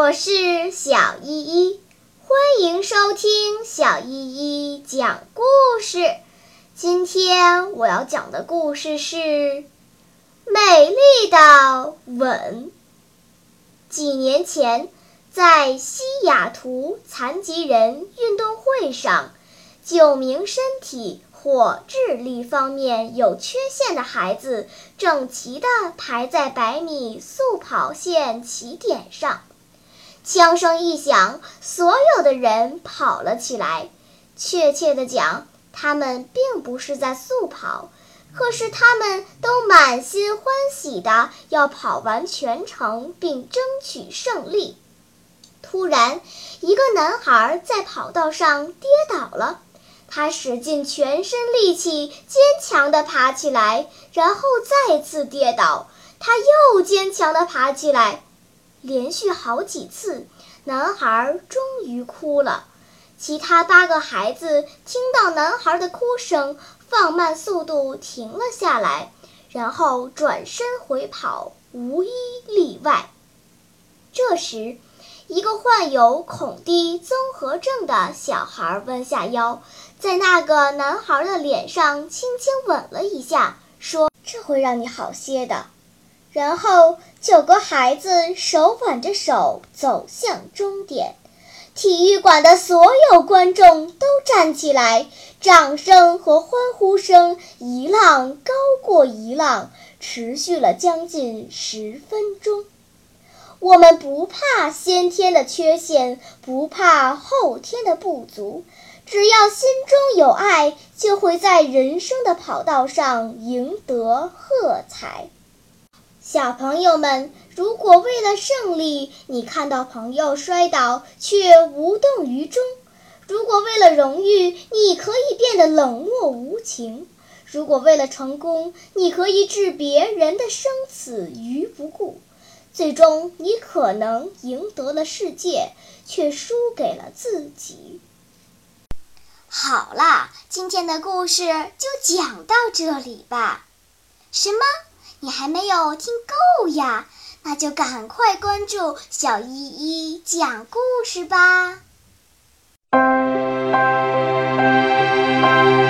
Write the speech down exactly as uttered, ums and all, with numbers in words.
我是小依依，欢迎收听小依依讲故事。今天我要讲的故事是《美丽的吻》。几年前，在西雅图残疾人运动会上，九名身体或智力方面有缺陷的孩子整齐地排在百米速跑线起点上。枪声一响，所有的人跑了起来。确切地讲，他们并不是在速跑，可是他们都满心欢喜地要跑完全程并争取胜利。突然，一个男孩在跑道上跌倒了，他使尽全身力气，坚强地爬起来，然后再次跌倒，他又坚强地爬起来。连续好几次，男孩终于哭了。其他八个孩子听到男孩的哭声，放慢速度停了下来，然后转身回跑，无一例外。这时，一个患有孔蒂综合症的小孩弯下腰，在那个男孩的脸上轻轻吻了一下，说：“这会让你好些的。”然后九个孩子手挽着手走向终点。体育馆的所有观众都站起来，掌声和欢呼声一浪高过一浪，持续了将近十分钟。我们不怕先天的缺陷，不怕后天的不足，只要心中有爱，就会在人生的跑道上赢得喝彩。小朋友们，如果为了胜利，你看到朋友摔倒却无动于衷；如果为了荣誉，你可以变得冷漠无情；如果为了成功，你可以置别人的生死于不顾，最终你可能赢得了世界，却输给了自己。好啦，今天的故事就讲到这里吧。什么？你还没有听够呀？那就赶快关注小依依讲故事吧。